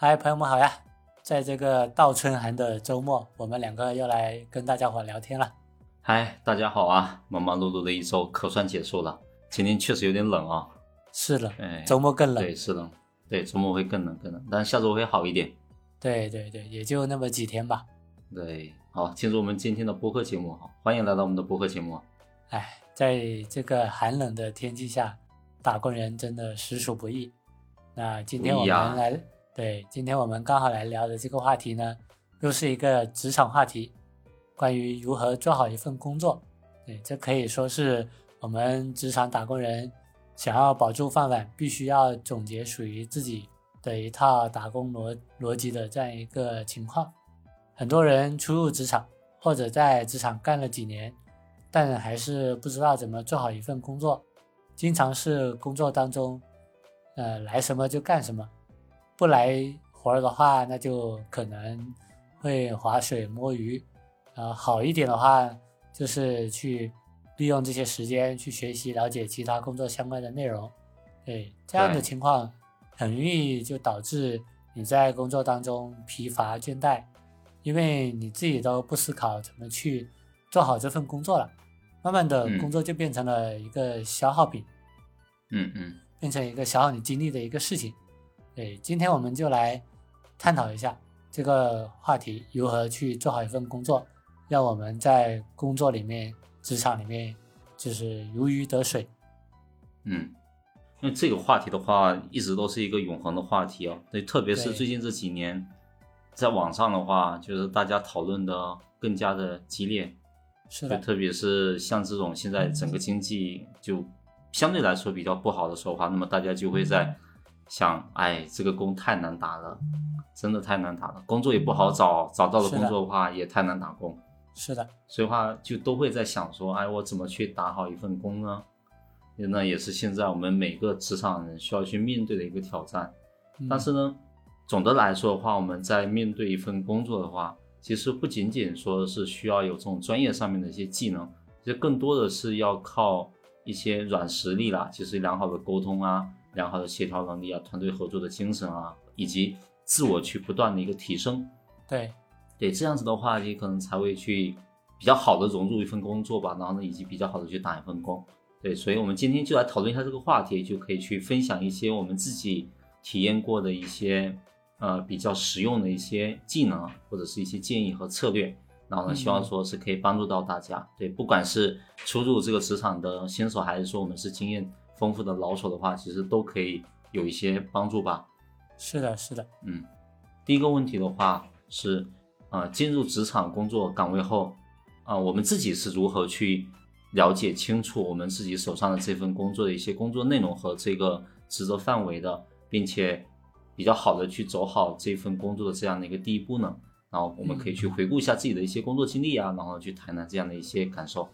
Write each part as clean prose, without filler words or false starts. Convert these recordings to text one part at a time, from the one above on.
嗨，朋友们好呀！在这个倒春寒的周末，我们两个又来跟大家伙聊天了。 嗨，大家好啊！忙忙碌碌的一周可算结束了，今天确实有点冷啊。 是冷，周末更冷。 对，是冷，对，周末会更冷，但是下周会好一点。 对，也就那么几天吧。 对，好，进入我们今天的播客节目，好，欢迎来到我们的播客节目。 在这个寒冷的天气下，打工人真的实属不易。那今天我们来，今天我们刚好来聊的这个话题呢，又是一个职场话题，关于如何做好一份工作。对，这可以说是我们职场打工人想要保住饭碗，必须要总结属于自己的一套打工逻辑的这样一个情况。很多人初入职场，或者在职场干了几年，但还是不知道怎么做好一份工作，经常是工作当中来什么就干什么，不来活的话那就可能会划水摸鱼，好一点的话就是去利用这些时间去学习了解其他工作相关的内容。对，这样的情况很容易就导致你在工作当中疲乏倦怠，因为你自己都不思考怎么去做好这份工作了，慢慢的工作就变成了一个消耗品，变成一个消耗你精力的一个事情。对，今天我们就来探讨一下这个话题，如何去做好一份工作，让我们在工作里面职场里面就是如鱼得水。 因为这个话题的话一直都是一个永恒的话题啊。对，特别是最近这几年在网上的话，就是大家讨论的更加的激烈。 是的， 特别是像这种现在整个经济就相对来说比较不好的时候的话，那么大家就会在想，这个工太难打了，真的太难打了，工作也不好找，找到了工作的话也太难打工。 是的， 所以的话就都会在想说，我怎么去打好一份工呢？那也是现在我们每个职场人需要去面对的一个挑战。但是呢，总的来说的话，我们在面对一份工作的话，其实不仅仅说是需要有这种专业上面的一些技能，其实更多的是要靠一些软实力啦，就是良好的沟通啊，良好的协调能力啊，团队合作的精神啊，以及自我去不断的一个提升。对，这样子的话，你可能才会去比较好的融入一份工作吧，然后呢，以及比较好的去打一份工。对，所以我们今天就来讨论一下这个话题，就可以去分享一些我们自己体验过的一些比较实用的一些技能，或者是一些建议和策略，然后呢，希望说是可以帮助到大家。对，不管是初入这个职场的新手，还是说我们是经验丰富的老手的话，其实都可以有一些帮助吧。 是的。 第一个问题的话是进入职场工作岗位后我们自己是如何去了解清楚我们自己手上的这份工作的一些工作内容和这个职责范围的，并且比较好的去走好这份工作的这样的一个第一步呢？然后我们可以去回顾一下自己的一些工作经历啊，然后去谈谈这样的一些感受。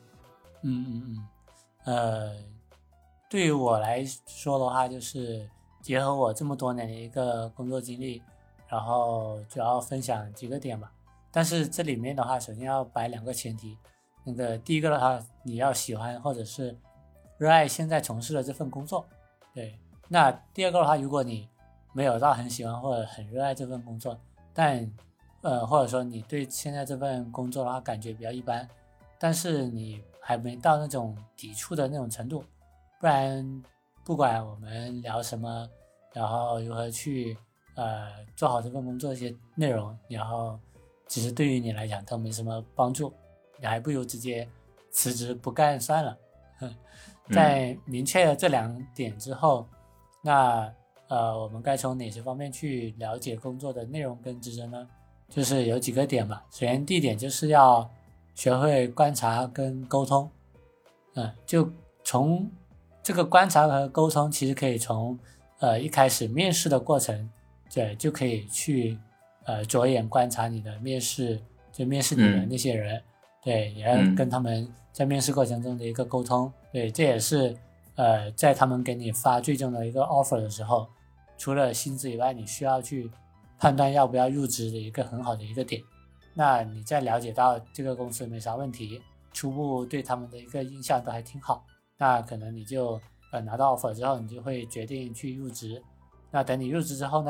对于我来说的话，就是结合我这么多年的一个工作经历，然后主要分享几个点吧。但是这里面的话，首先要摆两个前提。第一个的话，你要喜欢或者是热爱现在从事的这份工作。对，那第二个的话，如果你没有到很喜欢或者很热爱这份工作，但或者说你对现在这份工作的话感觉比较一般，但是你还没到那种抵触的那种程度，不然不管我们聊什么，然后如何去做好这份工作的一些内容，然后其实对于你来讲都没什么帮助，你还不如直接辞职不干算了。在明确了这两点之后，那我们该从哪些方面去了解工作的内容跟职责呢？就是有几个点吧。首先第一点就是要学会观察跟沟通。就从这个观察和沟通，其实可以从一开始面试的过程，对，就可以去着眼观察你的面试，就面试你的那些人，对，也要跟他们在面试过程中的一个沟通。对，这也是在他们给你发最终的一个 offer 的时候，除了薪资以外，你需要去判断要不要入职的一个很好的一个点。那你在了解到这个公司没啥问题，初步对他们的一个印象都还挺好，那可能你就拿到 offer 之后，你就会决定去入职。那等你入职之后呢，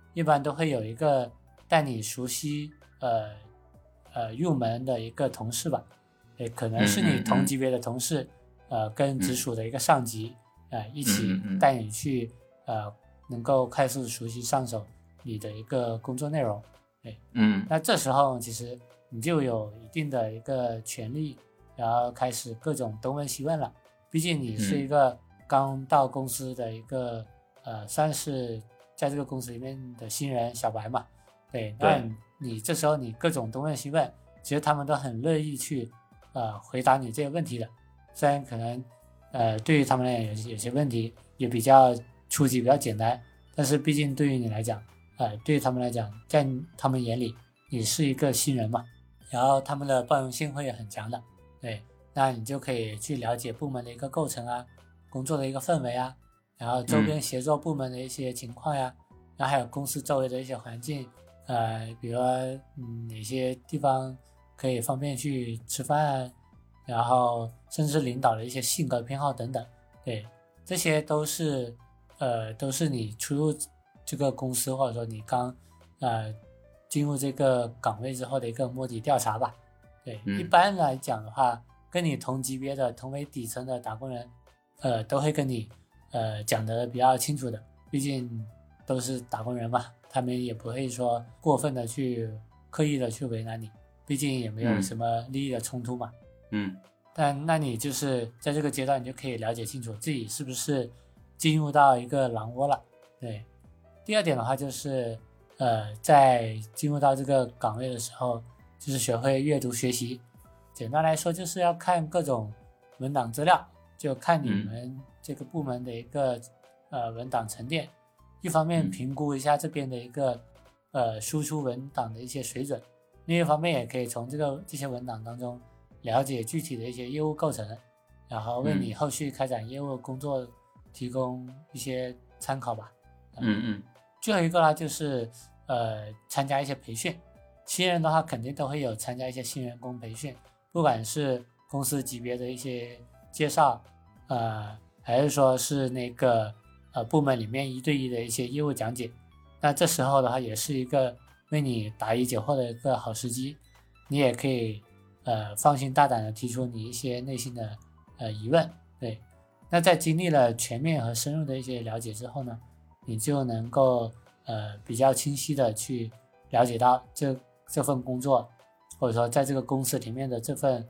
一般都会有一个带你熟悉入门的一个同事吧，可能是你同级别的同事，跟直属的一个上级，一起带你去能够快速熟悉上手你的一个工作内容。那这时候其实你就有一定的一个权利，然后开始各种东问西问了。毕竟你是一个刚到公司的一个算是在这个公司里面的新人小白嘛，对，那你这时候你各种东问西问，其实他们都很乐意去回答你这些问题的。虽然可能对于他们来讲有些问题也比较初级比较简单，但是毕竟对于你来讲对于他们来讲，在他们眼里你是一个新人嘛，然后他们的包容性会很强的。对，那你就可以去了解部门的一个构成啊，工作的一个氛围啊，然后周边协作部门的一些情况呀，然后还有公司周围的一些环境，比如说哪些地方可以方便去吃饭啊，然后甚至领导的一些性格偏好等等。对，这些都是你初入这个公司，或者说你刚进入这个岗位之后的一个摸底调查吧。对，一般来讲的话，跟你同级别的同为底层的打工人都会跟你讲得比较清楚的，毕竟都是打工人嘛，他们也不会说过分的去刻意的去为难你，毕竟也没有什么利益的冲突嘛。但那你就是在这个阶段你就可以了解清楚自己是不是进入到一个狼窝了。对，第二点的话就是在进入到这个岗位的时候，就是学会阅读学习。简单来说就是要看各种文档资料，就看你们这个部门的一个文档沉淀，一方面评估一下这边的一个输出文档的一些水准，另一方面也可以从这些文档当中了解具体的一些业务构成，然后为你后续开展业务工作提供一些参考吧。最后一个呢就是参加一些培训，新人的话肯定都会有参加一些新员工培训，不管是公司级别的一些介绍，还是说是那个部门里面1对1的一些业务讲解，那这时候的话也是一个为你答疑解惑的一个好时机，你也可以放心大胆的提出你一些内心的疑问。对，那在经历了全面和深入的一些了解之后呢，你就能够比较清晰的去了解到这份工作，或者说在这个公司里面的这份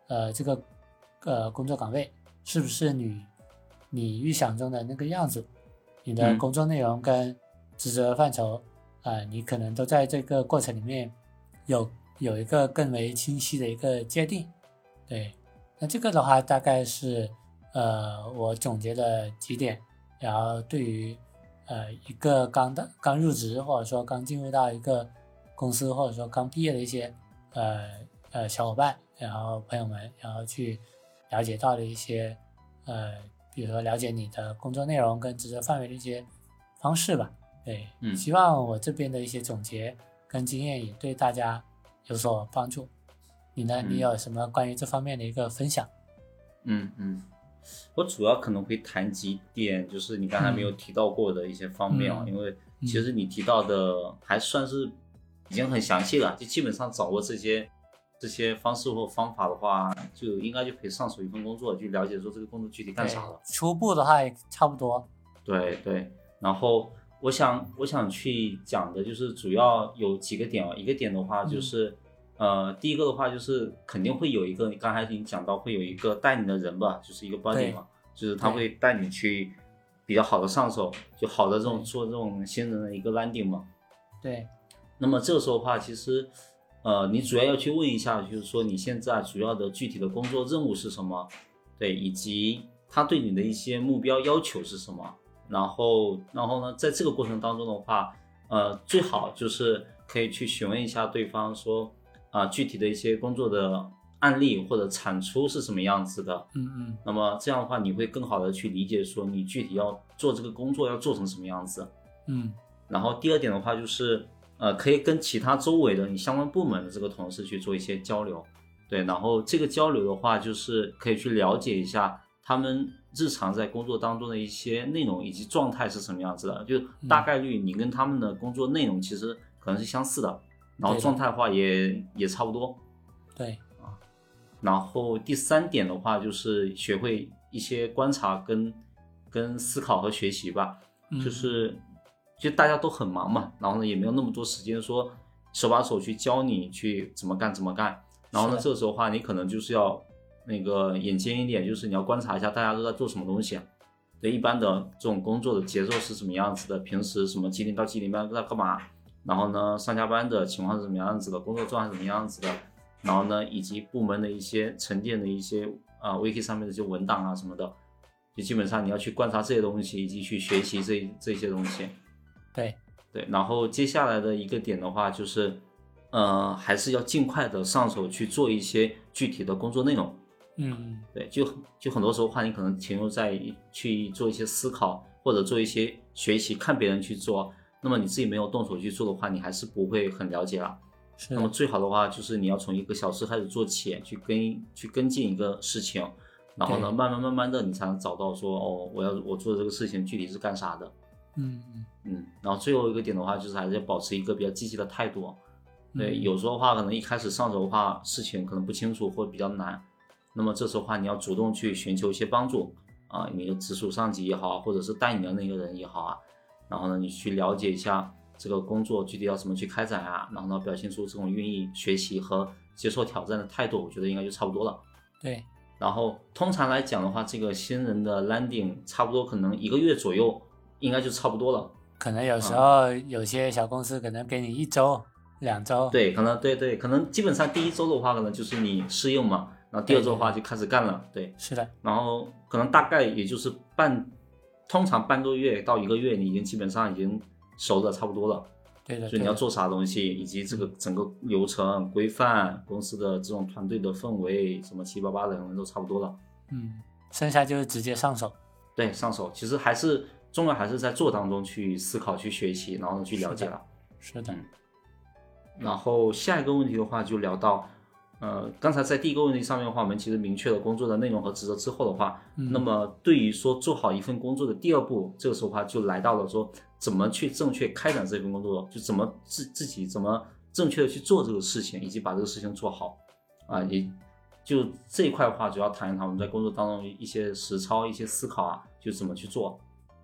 工作岗位是不是你预想中的那个样子，你的工作内容跟职责范畴你可能都在这个过程里面有一个更为清晰的一个界定。对，那这个的话大概是我总结的几点，然后对于一个刚入职或者说刚进入到一个公司或者说刚毕业的一些小伙伴，然后朋友们，然后去了解到的一些比如说了解你的工作内容跟职责范围的一些方式吧。对，希望我这边的一些总结跟经验也对大家有所帮助。你呢？你有什么关于这方面的一个分享？ 我主要可能会谈几点，就是你刚才没有提到过的一些方面因为其实你提到的还算是已经很详细了，就基本上掌握这些方式或方法的话，就应该就可以上手一份工作，去了解说这个工作具体干啥了。 初步的话也差不多。 对，然后我想去讲的就是主要有几个点一个点的话就是第一个的话就是肯定会有一个，你刚才已经讲到会有一个带你的人吧，就是一个 buddy 嘛，就是他会带你去比较好的上手，就好的做这种新人的一个 landing 嘛。 对。 那么这个时候的话，其实你主要要去问一下，就是说你现在主要的具体的工作任务是什么，对，以及他对你的一些目标要求是什么。然后呢，在这个过程当中的话，最好就是可以去询问一下对方说具体的一些工作的案例或者产出是什么样子的。那么这样的话，你会更好的去理解说你具体要做这个工作要做成什么样子。然后第二点的话就是可以跟其他周围的你相关部门的这个同事去做一些交流。对，然后这个交流的话就是可以去了解一下他们日常在工作当中的一些内容以及状态是什么样子的，就大概率你跟他们的工作内容其实可能是相似的，然后状态的话也差不多。 对啊，然后第3点的话就是学会一些观察跟思考和学习吧，就大家都很忙嘛，然后呢也没有那么多时间说手把手去教你去怎么干，然后呢这个时候的话你可能就是要那个眼尖一点，就是你要观察一下大家都在做什么东西，对一般的这种工作的节奏是什么样子的，平时什么几点到几点半在干嘛，然后呢上下班的情况是什么样子的，工作状态是什么样子的，然后呢以及部门的一些沉淀的一些wiki 上面的这些文档啊什么的，就基本上你要去观察这些东西以及去学习这些东西。 对， 然后接下来的一个点的话就是还是要尽快的上手去做一些具体的工作内容。对，就很多时候的话你可能停留在去做一些思考或者做一些学习，看别人去做，那么你自己没有动手去做的话你还是不会很了解了。那么最好的话就是你要从1个小时开始做起，去跟进一个事情，然后呢慢慢的你才能找到说我做的这个事情具体是干啥的。然后最后一个点的话就是还是要保持一个比较积极的态度。对，有时候的话可能一开始上手的话事情可能不清楚或比较难，那么这时候的话你要主动去寻求一些帮助你的直属上级也好，或者是带你的那个人也好然后呢你去了解一下这个工作具体要怎么去开展然后呢表现出这种愿意学习和接受挑战的态度，我觉得应该就差不多了。 对， 然后通常来讲的话这个新人的 landing 差不多可能1个月左右应该就差不多了。 可能有时候有些小公司可能给你1周2周。 对，可能对，可能基本上第1周的话可能就是你适应嘛，然后第2周的话就开始干了。对， 是的。 然后可能大概也就是通常半个月到1个月你已经基本上已经熟的差不多了。 对的， 所以你要做啥东西以及这个整个流程规范公司的这种团队的氛围什么七八八的可能都差不多了。 剩下就是直接上手。 对，上手其实还是重要，还是在做当中去思考去学习然后去了解了。 是的。 然后下一个问题的话就聊到刚才在第1个问题上面的话我们其实明确了工作的内容和职责之后的话那么对于说做好一份工作的第2步，这个时候的话就来到了说怎么去正确开展这份工作，就怎么自己怎么正确的去做这个事情以及把这个事情做好也就这一块的话主要谈一谈我们在工作当中一些实操一些思考就怎么去做。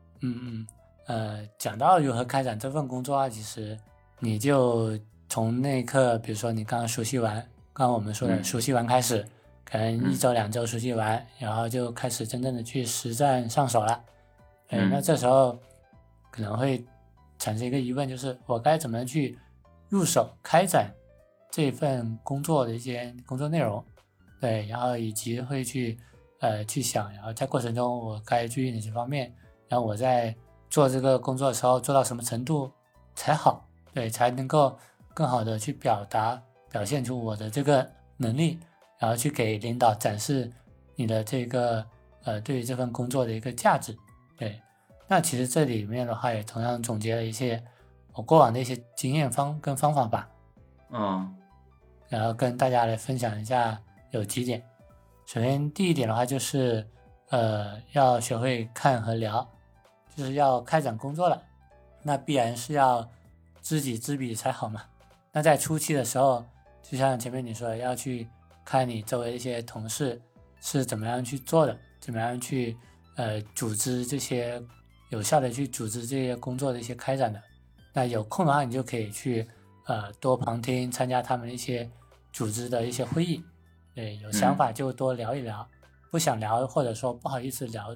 讲到如何开展这份工作其实你就从那一刻比如说你刚刚熟悉完刚刚我们说的熟悉完开始可能1周2周熟悉完然后就开始真正的去实战上手了。那这时候可能会产生一个疑问，就是我该怎么去入手开展这份工作的一些工作内容。对，然后以及会去想然后在过程中我该注意哪些方面，然后我在做这个工作的时候做到什么程度才好，对，才能够更好的去表现出我的这个能力，然后去给领导展示你的这个对于这份工作的一个价值。对，那其实这里面的话也同样总结了一些我过往的一些经验跟方法吧。然后跟大家来分享一下有几点。首先第1点的话就是要学会看和聊，就是要开展工作了，那必然是要知己知彼才好嘛。那在初期的时候就像前面你说的要去看你周围的一些同事是怎么样去做的，怎么样去组织这些有效的去组织这些工作的一些开展的。那有空的话你就可以去多旁听参加他们的一些组织的一些会议。对，有想法就多聊一聊，不想聊或者说不好意思聊，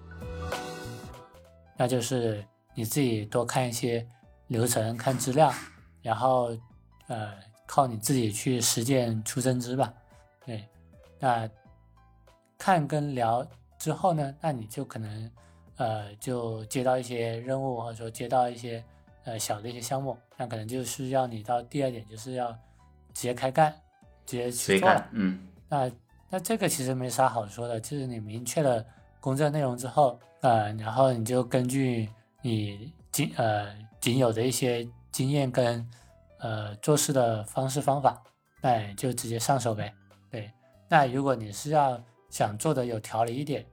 那就是你自己多看一些流程看资料，然后靠你自己去实践出真知吧。对，那看跟聊之后呢，那你就可能就接到一些任务或者说接到一些小的一些项目，那可能就是要你到第2点就是要直接开干直接去做了。那这个其实没啥好说的，就是你明确了工作内容之后然后你就根据你仅有的一些经验跟做事的方式方法，那你就直接上手呗。对，那如果你是要想做的有条理一点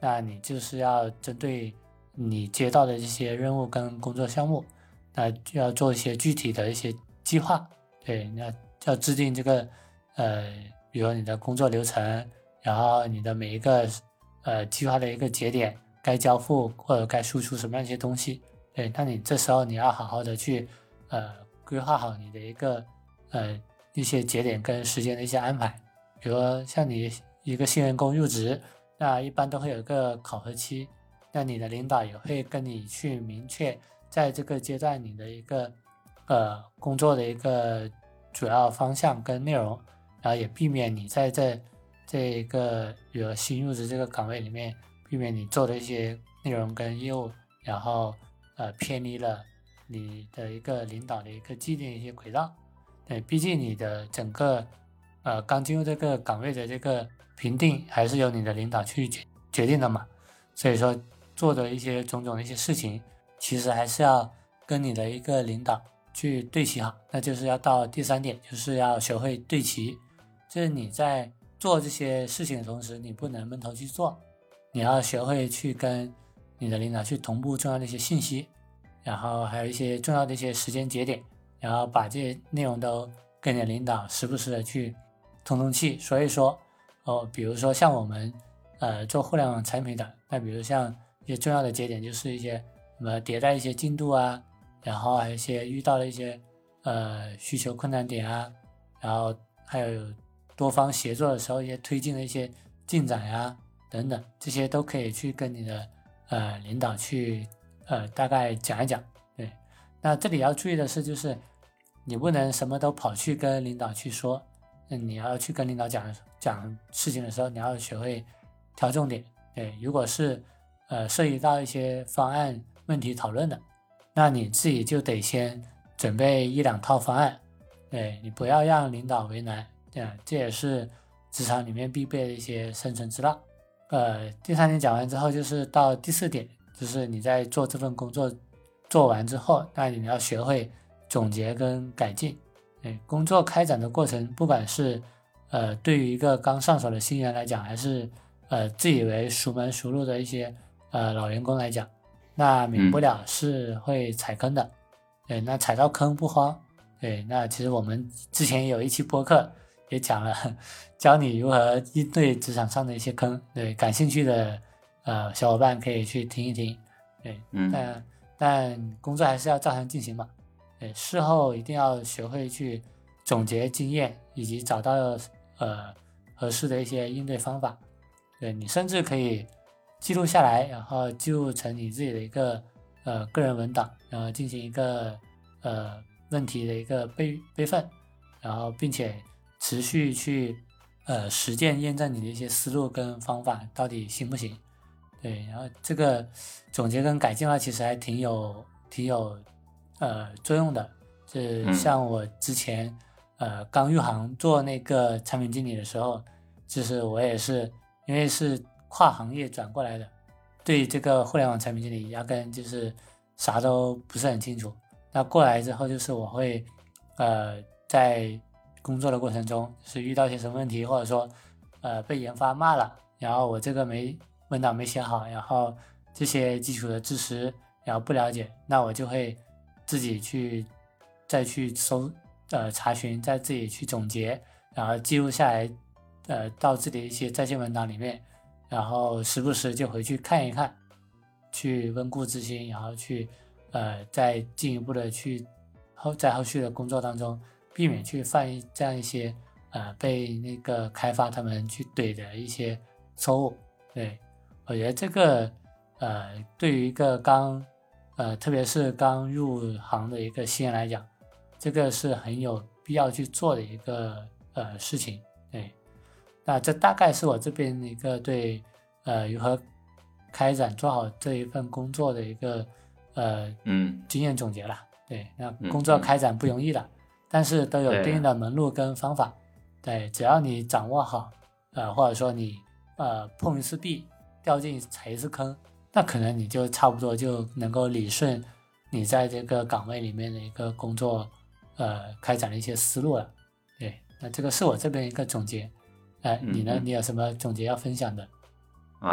那你就是要针对你接到的这些任务跟工作项目，那就要做一些具体的一些计划。对，那要制定这个比如你的工作流程，然后你的每一个计划的一个节点该交付或者该输出什么样一些东西。对，那你这时候你要好好的去规划好你的一些节点跟时间的一些安排。比如说像你一个新员工入职，那一般都会有一个考核期，那你的领导也会跟你去明确在这个阶段你的一个工作的一个主要方向跟内容，然后也避免你在这一个比如新入职这个岗位里面，避免你做的一些内容跟业务，然后偏离了你的一个领导的一个既定一些轨道。对，毕竟你的整个刚进入这个岗位的这个评定还是由你的领导去决定的嘛，所以说做的一些种种的一些事情，其实还是要跟你的一个领导去对齐好。那就是要到第3点，就是要学会对齐，就是你在做这些事情的同时，你不能闷头去做，你要学会去跟你的领导去同步重要的一些信息，然后还有一些重要的一些时间节点，然后把这些内容都跟你的领导时不时的去通气。所以说比如说像我们做互联网产品的，那比如像一些重要的节点，就是一些什么迭代一些进度啊，然后还有一些遇到的一些需求困难点啊，然后还有多方协作的时候一些推进的一些进展呀等等，这些都可以去跟你的领导去大概讲一讲。对，那这里要注意的是，就是你不能什么都跑去跟领导去说，你要去跟领导讲事情的时候，你要学会挑重点。对，如果是涉及到一些方案问题讨论的，那你自己就得先准备1-2套方案。对，你不要让领导为难，这也是职场里面必备的一些生存之道。第3点讲完之后，就是到第4点，就是你在做这份工作做完之后，那你要学会总结跟改进。工作开展的过程，不管是对于一个刚上手的新人来讲，还是自以为熟门熟路的一些老员工来讲，那免不了是会踩坑的。对，那踩到坑不慌。对，那其实我们之前有一期播客也讲了，教你如何应对职场上的一些坑。对，感兴趣的小伙伴可以去听一听。对，但工作还是要照常进行嘛。对，事后一定要学会去总结经验，以及找到合适的一些应对方法。对，你甚至可以记录下来，然后记录成你自己的一个个人文档，然后进行一个问题的一个备份，然后并且持续去实践验证你的一些思路跟方法到底行不行。对，然后这个总结跟改进的话，其实还挺有作用的。就像我之前刚入行做那个产品经理的时候，就是我也是因为是跨行业转过来的，对这个互联网产品经理压根就是啥都不是很清楚。那过来之后，就是我会在工作的过程中是遇到一些什么问题，或者说被研发骂了，然后我这个文档没写好，然后这些基础的知识然后不了解，那我就会自己再去查询，再自己去总结，然后记录下来到自己的一些在线文档里面，然后时不时就回去看一看，去温故知新，然后去再进一步的去在后续的工作当中避免去犯这样一些被那个开发他们去怼的一些错误。对，我觉得这个对于一个特别是刚入行的一个新人来讲，这个是很有必要去做的一个事情。对，那这大概是我这边的一个对如何开展做好这一份工作的一个经验总结了。对，那工作开展不容易的，但是都有对应的门路跟方法。对，只要你掌握好或者说你碰一次壁踩一次坑，那可能你就差不多就能够理顺你在这个岗位里面的一个工作开展的一些思路了。对，那这个是我这边一个总结。你呢？你有什么总结要分享的？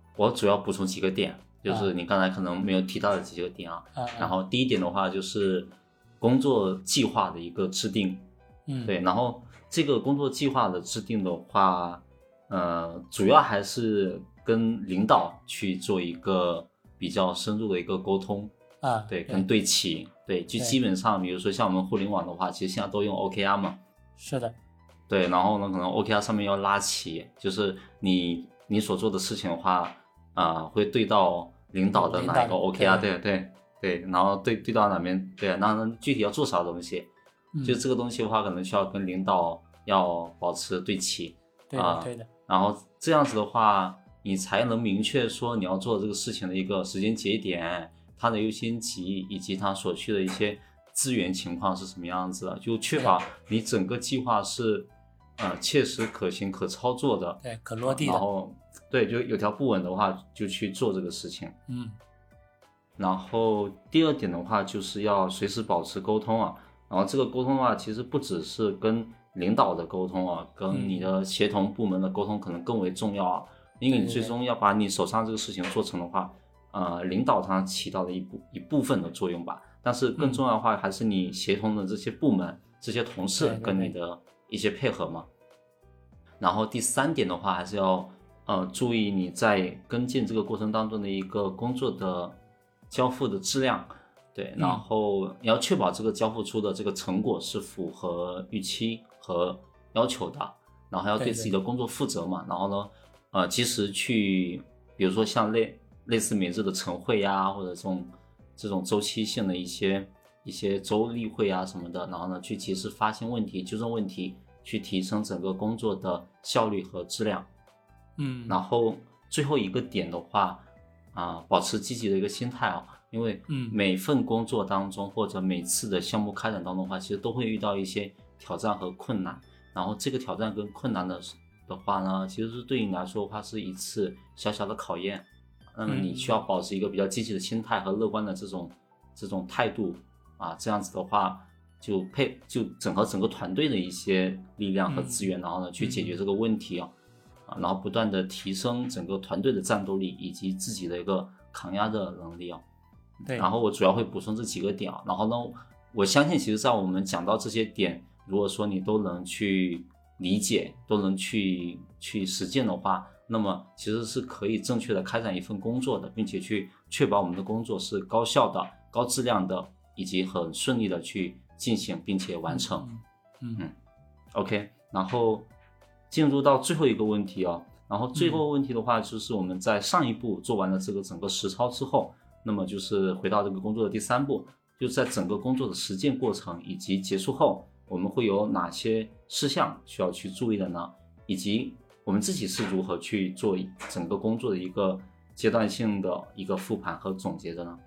我主要补充几个点，就是你刚才可能没有提到的几个点啊。然后第一点的话就是工作计划的一个制定，对，然后这个工作计划的制定的话，主要还是跟领导去做一个比较深入的一个沟通对，跟对齐，对，就基本上比如说像我们互联网的话，其实现在都用 OKR 嘛， 是的， 对，然后呢，可能 OKR 上面要拉齐，就是你所做的事情的话，会对到领导的哪一个 OKR，对，然后对到哪边，对，然后具体要做啥东西，就这个东西的话，可能需要跟领导要保持对齐， 对的， 然后这样子的话，你才能明确说你要做这个事情的一个时间节点，它的优先级以及它所需的一些资源情况是什么样子的，就确保你整个计划是切实可行可操作的， 对，可落地的， 然后对，就有条不紊的话就去做这个事情。然后第二点的话就是要随时保持沟通啊，然后这个沟通的话其实不只是跟领导的沟通啊，跟你的协同部门的沟通可能更为重要啊，因为你最终要把你手上这个事情做成的话，领导上起到的一部分的作用吧，但是更重要的话还是你协同的这些部门这些同事跟你的一些配合嘛。然后第三点的话还是要注意你在跟进这个过程当中的一个工作的交付的质量，对，然后你要确保这个交付出的这个成果是符合预期和要求的，然后还要对自己的工作负责嘛。然后呢，及时去，比如说像类似每日的晨会呀，或者这种周期性的一些周例会啊什么的，然后呢去及时发现问题、纠正问题，去提升整个工作的效率和质量。然后最后一个点的话，保持积极的一个心态啊，因为每份工作当中或者每次的项目开展当中的话，其实都会遇到一些挑战和困难，然后这个挑战跟困难的话呢，其实是对你来说的话是一次小小的考验，那么你需要保持一个比较积极的心态和乐观的这种态度啊，这样子的话就整合整个团队的一些力量和资源，然后呢去解决这个问题啊，然后不断的提升整个团队的战斗力以及自己的一个抗压的能力啊。 对， 然后我主要会补充这几个点啊，然后呢，我相信其实在我们讲到这些点，如果说你都能去理解，都能去实践的话，那么其实是可以正确的开展一份工作的，并且去确保我们的工作是高效的、高质量的，以及很顺利的去进行并且完成。OK， 然后进入到最后一个问题啊，然后最后问题的话就是我们在上一步做完了这个整个实操之后，那么就是回到这个工作的第三步，就是在整个工作的实践过程以及结束后，我们会有哪些事项需要去注意的呢？以及我们自己是如何去做整个工作的一个阶段性的一个复盘和总结的呢？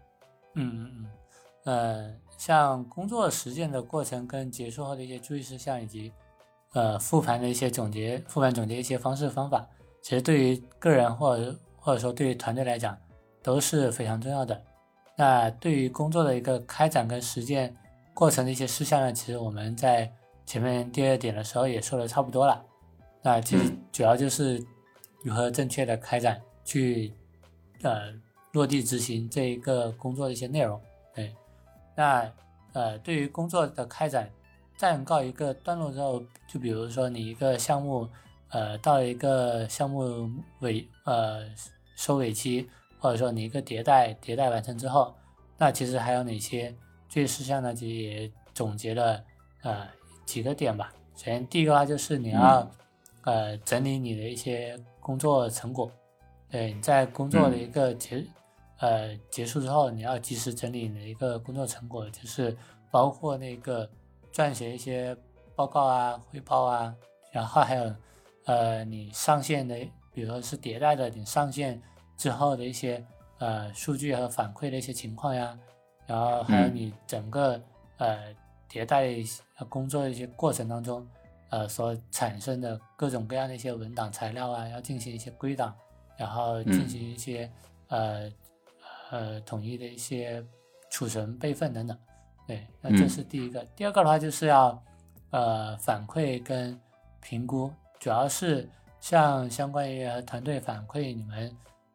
像工作实践的过程跟结束后的一些注意事项，以及复盘的一些总结一些方式方法，其实对于个人或者说对于团队来讲都是非常重要的。那对于工作的一个开展跟实践过程的一些事项呢，其实我们在前面第二点的时候也说的差不多了。那其实主要就是如何正确的开展去落地执行这一个工作的一些内容。对，那对于工作的开展暂告一个段落之后，就比如说你一个项目到了一个项目收尾期，或者说你一个迭代完成之后，那其实还有哪些注意事项呢？其实也总结了几个点吧。首先第一个话就是你要整理你的一些工作成果，对，你在工作的一个结束之后，你要及时整理你的一个工作成果，就是包括那个撰写一些报告啊、汇报啊，然后还有你上线的，比如说是迭代的，你上线之后的一些数据和反馈的一些情况呀，然后还有你整个迭代工作的一些过程当中所产生的各种各样的一些文档材料啊，要进行一些归档，然后进行一些统一的一些储存备份等等。对，那这是第一个。第二个的话就是要反馈跟评估，主要是像相关于团队反馈你们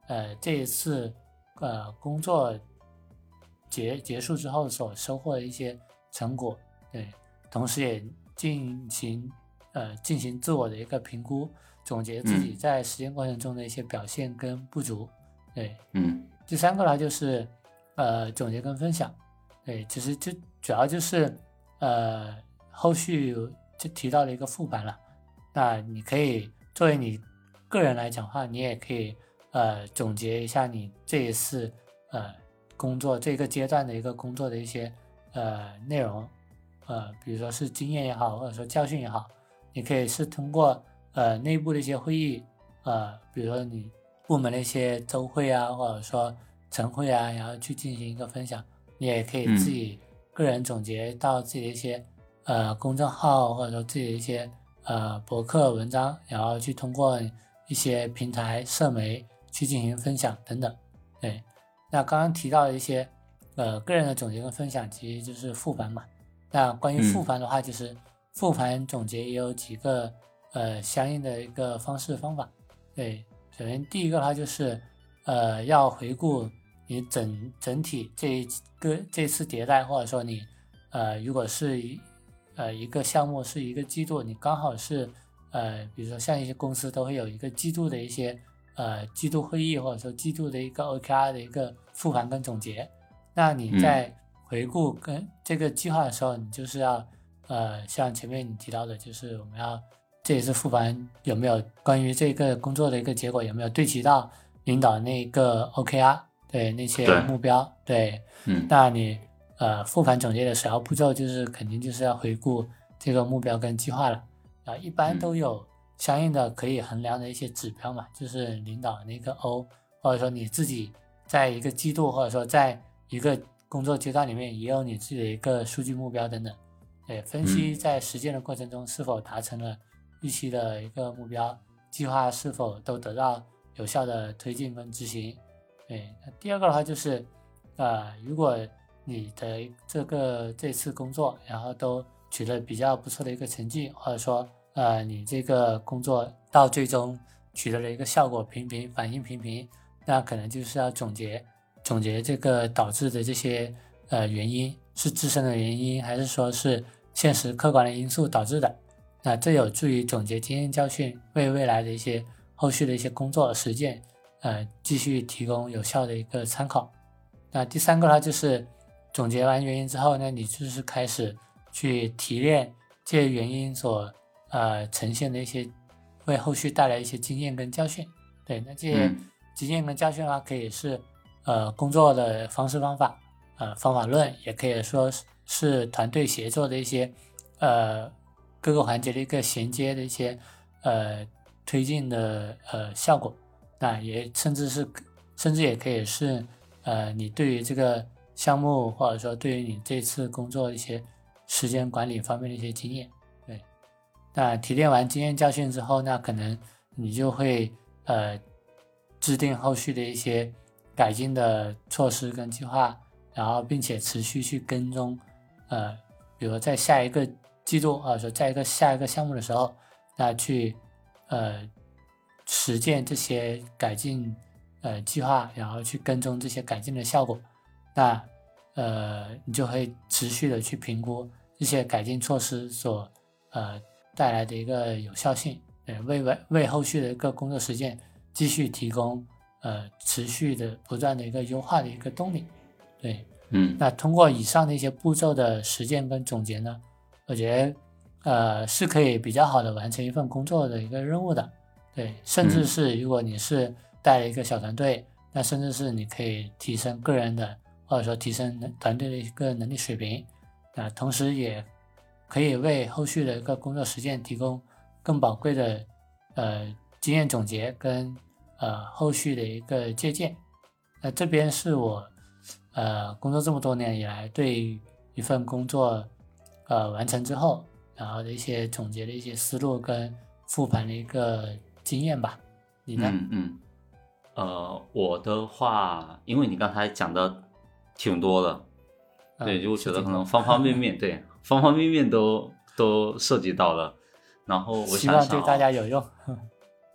这一次工作结束之后所收获的一些成果，对，同时也进行自我的一个评估，总结自己在实践过程中的一些表现跟不足，对，第三个呢就是总结跟分享，对，其实就主要就是后续就提到了一个复盘了，那你可以作为你个人来讲的话，你也可以总结一下你这一次工作这个阶段的一个工作的一些内容，比如说是经验也好，或者说教训也好，你可以是通过内部的一些会议，比如说你部门的一些周会啊，或者说晨会啊，然后去进行一个分享。你也可以自己个人总结到自己的一些公众号，或者说自己的一些博客文章，然后去通过一些平台社媒去进行分享等等。对，那刚刚提到的一些个人的总结跟分享，其实就是复盘嘛。那关于复盘的话，就是复盘总结也有几个相应的一个方式方法。对，首先第一个的话就是要回顾你整体这次迭代，或者说你如果是一个项目是一个季度，你刚好是比如说像一些公司都会有一个季度的一些季度会议，或者说季度的一个 OKR 的一个复盘跟总结。那你在回顾跟这个计划的时候，你就是要像前面你提到的，就是我们要这一次复盘有没有关于这个工作的一个结果有没有对齐到领导那个 OKR， 对那些目标，对，那你复盘总结的首要步骤就是肯定就是要回顾这个目标跟计划了一般都有相应的可以衡量的一些指标嘛，就是领导那个 O， 或者说你自己在一个季度或者说在一个工作阶段里面也有你自己的一个数据目标等等，对，分析在实践的过程中是否达成了预期的一个目标，计划是否都得到有效的推进跟执行。对，那第二个的话就是如果你的这次工作然后都取得比较不错的一个成绩，或者说你这个工作到最终取得了一个效果反应平平，那可能就是要总结这个导致的这些原因，是自身的原因还是说是现实客观的因素导致的，那这有助于总结经验教训，为未来的一些后续的一些工作实践继续提供有效的一个参考。那第三个呢，就是总结完原因之后呢，你就是开始去提炼这些原因所呈现的一些为后续带来一些经验跟教训。对，那这些经验跟教训可以是工作的方式方法方法论，也可以说是团队协作的一些各个环节的一个衔接的一些推进的效果，那也甚至也可以是你对于这个项目或者说对于你这次工作一些时间管理方面的一些经验。对，那提炼完经验教训之后，那可能你就会制定后续的一些改进的措施跟计划，然后并且持续去跟踪比如在下一个季度或者说在下一个项目的时候，那去实践这些改进计划，然后去跟踪这些改进的效果，那你就会持续的去评估这些改进措施所带来的一个有效性，为后续的一个工作实践继续提供持续的不断的一个优化的一个动力。对，那通过以上的一些步骤的实践跟总结呢，我觉得是可以比较好的完成一份工作的一个任务的。对，甚至是如果你是带了一个小团队，那甚至是你可以提升个人的或者说提升团队的一个能力水平，同时也可以为后续的一个工作实践提供更宝贵的经验总结跟后续的一个借鉴。那这边是我工作这么多年以来对一份工作完成之后然后的一些总结的一些思路跟复盘的一个经验吧。你呢？ 我的话，因为你刚才讲的挺多的，对，就觉得可能方方面面，对，方方面面都涉及到了。然后我想想， 希望对大家有用。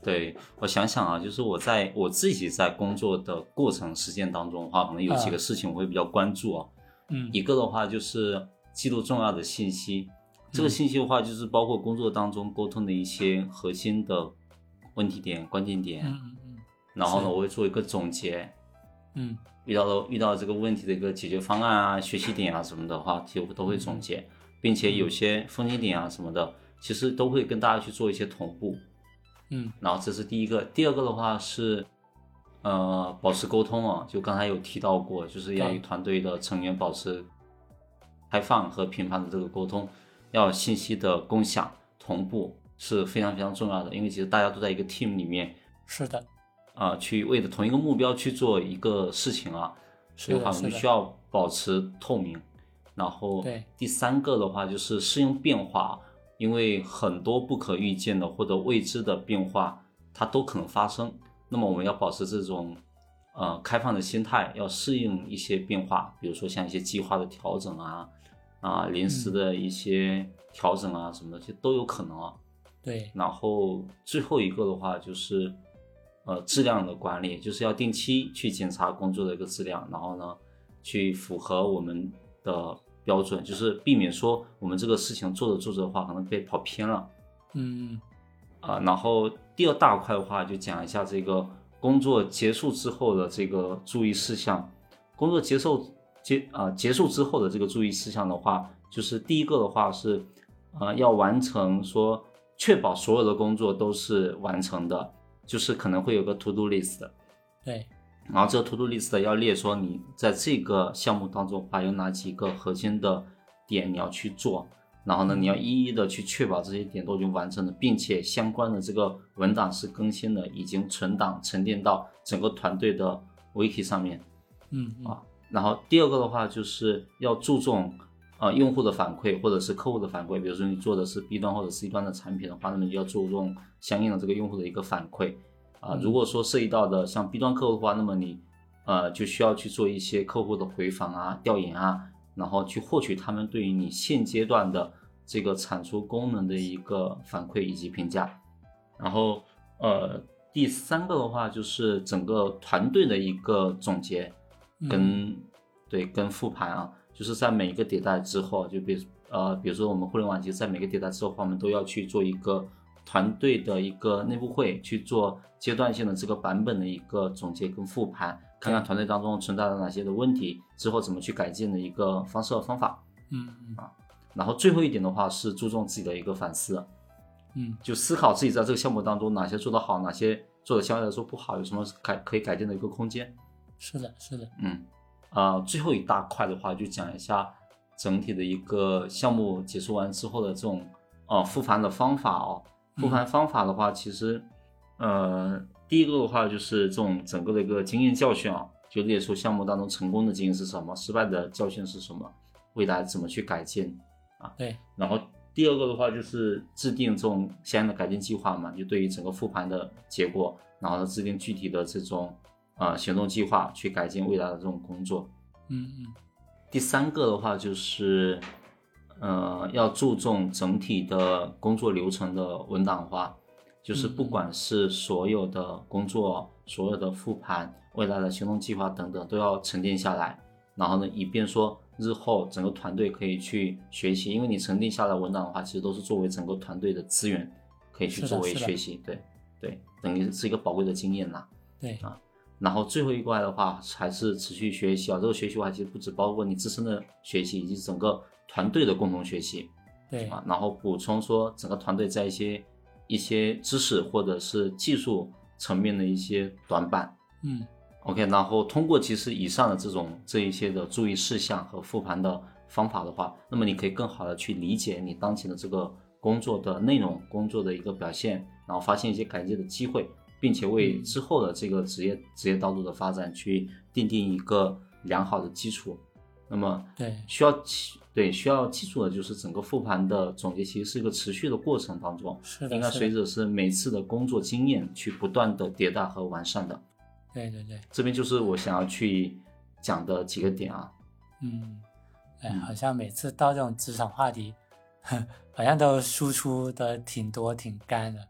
对，我想想啊，就是我自己在工作的过程实践当中的话，可能有几个事情我会比较关注啊。一个的话就是记录重要的信息，这个信息的话就是包括工作当中沟通的一些核心的问题点、关键点。然后呢，我会做一个总结。遇到这个问题的一个解决方案啊、学习点啊什么的话，都会总结，并且有些风险点啊什么的，其实都会跟大家去做一些同步。然后这是第一个。第二个的话是保持沟通啊，就刚才有提到过，就是要与团队的成员保持开放和频繁的这个沟通，要有信息的共享同步是非常非常重要的，因为其实大家都在一个 team 里面。 是的。 去为了同一个目标去做一个事情啊，所以的话我们需要保持透明。然后第三个的话就是适应变化，因为很多不可预见的或者未知的变化它都可能发生，那么我们要保持这种开放的心态，要适应一些变化，比如说像一些计划的调整临时的一些调整啊什么的，这都有可能啊。 对。 然后最后一个的话就是质量的管理，就是要定期去检查工作的一个质量，然后呢去符合我们的标准，就是避免说我们这个事情做着的话可能被跑偏了。然后第二大块的话就讲一下这个工作结束之后的这个注意事项。工作结束之后的这个注意事项的话，就是第一个的话是要完成说确保所有的工作都是完成的，就是可能会有个 to do list。 对。 然后这个 to do list 要列说你在这个项目当中的话有哪几个核心的点你要去做，然后呢你要一一的去确保这些点都已经完成了，并且相关的这个文档是更新的，已经存档沉淀到整个团队的 wiki 上面。然后第二个的话就是要注重用户的反馈或者是客户的反馈，比如说你做的是 B 端或者 C 端的产品的话，那么你就要注重相应的这个用户的一个反馈。如果说涉及到的像 B 端客户的话，那么你就需要去做一些客户的回访啊、调研啊，然后去获取他们对于你现阶段的这个产出功能的一个反馈以及评价。然后第三个的话就是整个团队的一个总结跟复盘啊，就是在每一个迭代之后，就比如说我们互联网其实在每个迭代之后，我们都要去做一个团队的一个内部会，去做阶段性的这个版本的一个总结跟复盘，看看团队当中存在了哪些的问题，之后怎么去改进的一个方式和方法。然后最后一点的话是注重自己的一个反思。就思考自己在这个项目当中哪些做得好，哪些做得相对来说不好，有什么可以改进的一个空间。 是的。 最后一大块的话就讲一下整体的一个项目结束完之后的这种复盘的方法。复盘方法的话其实第一个的话就是这种整个的一个经验教训就列出项目当中成功的经验是什么，失败的教训是什么，未来怎么去改进对。 然后第二个的话就是制定这种相应的改进计划嘛，就对于整个复盘的结果，然后制定具体的这种行动计划去改进未来的这种工作。第三个的话就是要注重整体的工作流程的文档化，就是不管是所有的工作、所有的复盘、未来的行动计划等等都要沉淀下来，然后呢以便说日后整个团队可以去学习，因为你沉淀下来文档的话其实都是作为整个团队的资源可以去作为学习。对，等于是一个宝贵的经验啦。 对然后最后一块的话还是持续学习这个学习的话其实不只包括你自身的学习以及整个团队的共同学习。 对然后补充说整个团队在一些知识或者是技术层面的一些短板。OK， 然后通过其实以上的这一些的注意事项和复盘的方法的话，那么你可以更好的去理解你当前的这个工作的内容、工作的一个表现，然后发现一些改进的机会，并且为之后的这个职业道路的发展去奠定一个良好的基础。那么需要记住的就是整个复盘的总结其实是一个持续的过程当中，应该随着是每次的工作经验去不断的迭代和完善的。 对， 这边就是我想要去讲的几个点好像每次到这种职场话题好像都输出的挺多挺干的，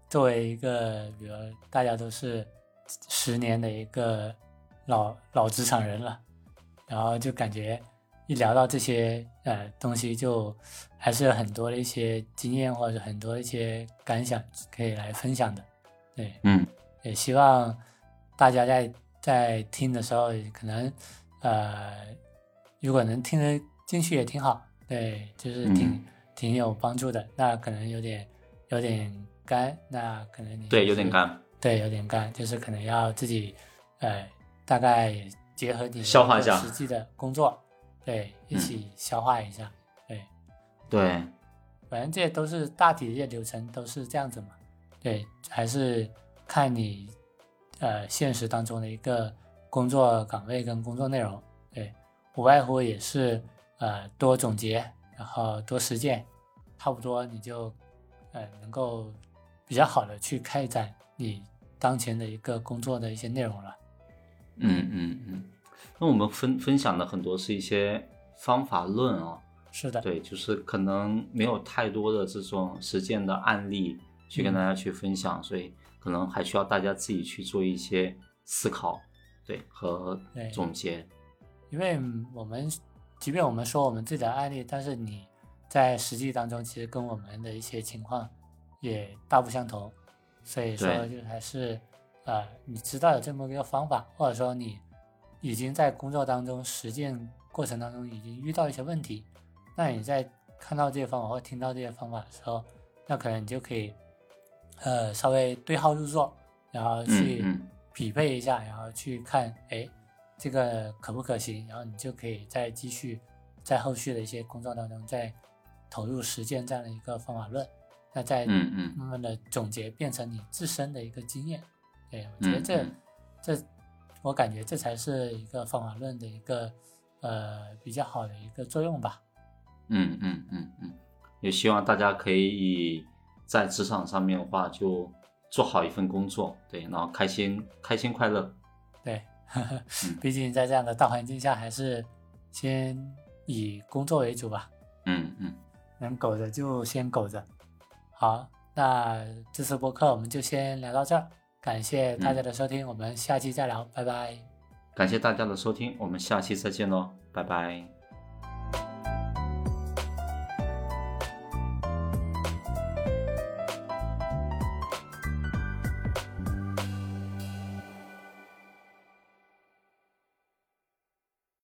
作为一个比如大家都是10年的一个老职场人了，然后就感觉一聊到这些东西，就还是有很多的一些经验或者很多的一些感想可以来分享的。对，也希望大家在听的时候，可能如果能听得进去也挺好。对，就是挺有帮助的。那可能有点干，那可能你、 对有点干， 对有点干，就是可能要自己大概结合你消化一下实际的工作，对，一起消化一下。 对， 反正这些都是大体的一些流程都是这样子嘛。对，还是看你现实当中的一个工作岗位跟工作内容。对，无外乎也是多总结，然后多实践，差不多你就能够比较好的去开展你当前的一个工作的一些内容了。 那我们分享的很多是一些方法论啊。 是的， 对，就是可能没有太多的这种实践的案例去跟大家去分享，所以可能还需要大家自己去做一些思考，对，和总结。 因为即便我们说我们自己的案例，但是你在实际当中其实跟我们的一些情况也大不相同，所以说就还是你知道有这么一个方法，或者说你已经在工作当中实践过程当中已经遇到一些问题，那你在看到这些方法或听到这些方法的时候，那可能你就可以稍微对号入座，然后去匹配一下，然后去看这个可不可行，然后你就可以再继续在后续的一些工作当中再投入实践这样的一个方法论，那再慢慢的总结变成你自身的一个经验。对，我觉得我感觉这才是一个方法论的一个比较好的一个作用吧。 也希望大家可以在职场上面的话就做好一份工作，对，然后开心快乐。 对，毕竟在这样的大环境下，还是先以工作为主吧。能苟着就先苟着。好，那这次播客我们就先聊到这儿，感谢大家的收听，我们下期再聊，拜拜。 感谢大家的收听，我们下期再见喽，拜拜。